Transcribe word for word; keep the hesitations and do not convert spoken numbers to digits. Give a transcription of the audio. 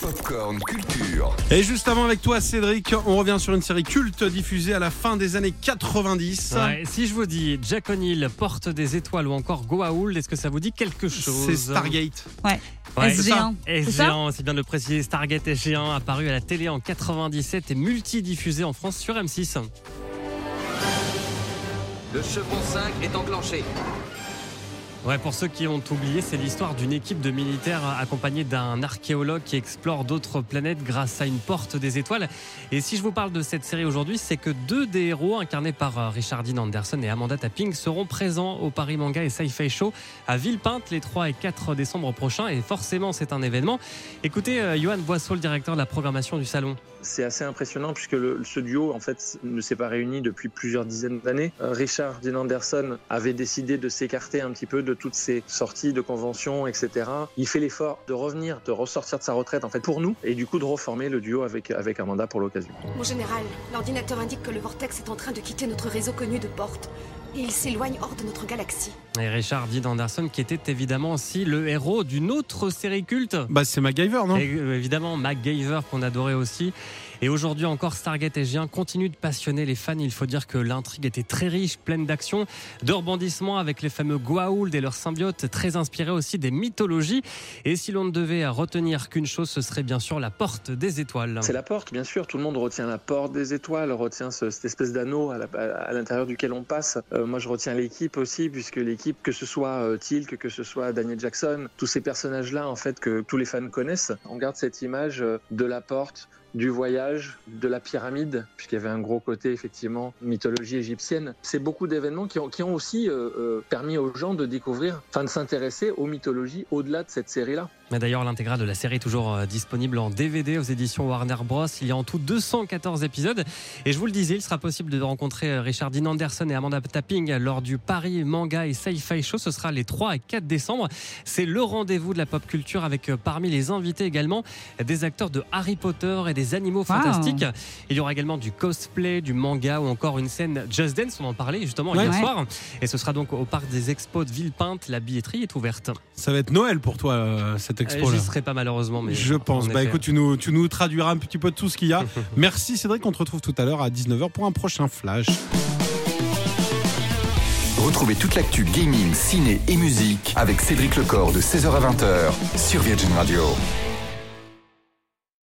Popcorn Culture. Et juste avant avec toi Cédric, on revient sur une série culte diffusée à la fin des années quatre-vingt-dix. Ouais, si je vous dis Jack O'Neill, Porte des étoiles ou encore Goa'uld, est-ce que ça vous dit quelque chose? C'est Stargate. Ouais. Ouais, S G un. S G un, c'est bien de le préciser. Stargate S G un, apparu à la télé en quatre-vingt-dix-sept et multidiffusé en France sur M six. Le Chevron cinq est enclenché. Ouais, pour ceux qui ont oublié, c'est l'histoire d'une équipe de militaires accompagnée d'un archéologue qui explore d'autres planètes grâce à une porte des étoiles. Et si je vous parle de cette série aujourd'hui, c'est que deux des héros, incarnés par Richard Dean Anderson et Amanda Tapping, seront présents au Paris Manga et Sci-Fi Show à Villepinte les trois et quatre décembre prochains. Et forcément, c'est un événement. Écoutez, euh, Johan Boisseau, le directeur de la programmation du salon. C'est assez impressionnant puisque le, ce duo en fait ne s'est pas réuni depuis plusieurs dizaines d'années. Euh, Richard Dean Anderson avait décidé de s'écarter un petit peu de toutes ces sorties de conventions, et cetera. Il fait l'effort de revenir, de ressortir de sa retraite en fait pour nous et du coup de reformer le duo avec, avec Amanda pour l'occasion. Mon général, l'ordinateur indique que le vortex est en train de quitter notre réseau connu de portes. Et il s'éloigne hors de notre galaxie. Et Richard Dean Anderson qui était évidemment aussi le héros d'une autre série culte. Bah c'est MacGyver, non? Et, euh, évidemment, MacGyver qu'on adorait aussi. Et aujourd'hui encore, Stargate S G un continue de passionner les fans. Il faut dire que l'intrigue était très riche, pleine d'action, de rebondissements avec les fameux Goa'uld et leurs symbiotes, très inspirés aussi des mythologies. Et si l'on ne devait retenir qu'une chose, ce serait bien sûr la porte des étoiles. C'est la porte, bien sûr. Tout le monde retient la porte des étoiles, retient ce, cette espèce d'anneau à, la, à l'intérieur duquel on passe. Euh, moi, je retiens l'équipe aussi, puisque l'équipe, que ce soit euh, Teal'c, que ce soit Daniel Jackson, tous ces personnages-là, en fait, que tous les fans connaissent. On garde cette image euh, de la porte, du voyage, de la pyramide, puisqu'il y avait un gros côté effectivement mythologie égyptienne. C'est beaucoup d'événements qui ont, qui ont aussi euh, euh, permis aux gens de découvrir, enfin de s'intéresser aux mythologies au-delà de cette série-là. Mais d'ailleurs, l'intégrale de la série est toujours disponible en D V D aux éditions Warner Bros. Il y a en tout deux cent quatorze épisodes. Et je vous le disais, il sera possible de rencontrer Richard Dean Anderson et Amanda Tapping lors du Paris Manga et Sci-Fi Show. Ce sera les trois et quatre décembre. C'est le rendez-vous de la pop culture avec parmi les invités également des acteurs de Harry Potter et des animaux wow. fantastiques. Il y aura également du cosplay, du manga ou encore une scène Just Dance. On en parlait justement ouais. hier ouais. soir. Et ce sera donc au parc des expos de Villepinte. La billetterie est ouverte. Ça va être Noël pour toi, euh, cette expo là. J'y serai pas malheureusement, mais je pense. Bah effet. écoute, tu nous, tu nous traduiras un petit peu de tout ce qu'il y a. Merci Cédric, on te retrouve tout à l'heure à dix-neuf heures pour un prochain flash. Retrouvez toute l'actu gaming, ciné et musique avec Cédric Lecor de seize heures à vingt heures sur Virgin Radio.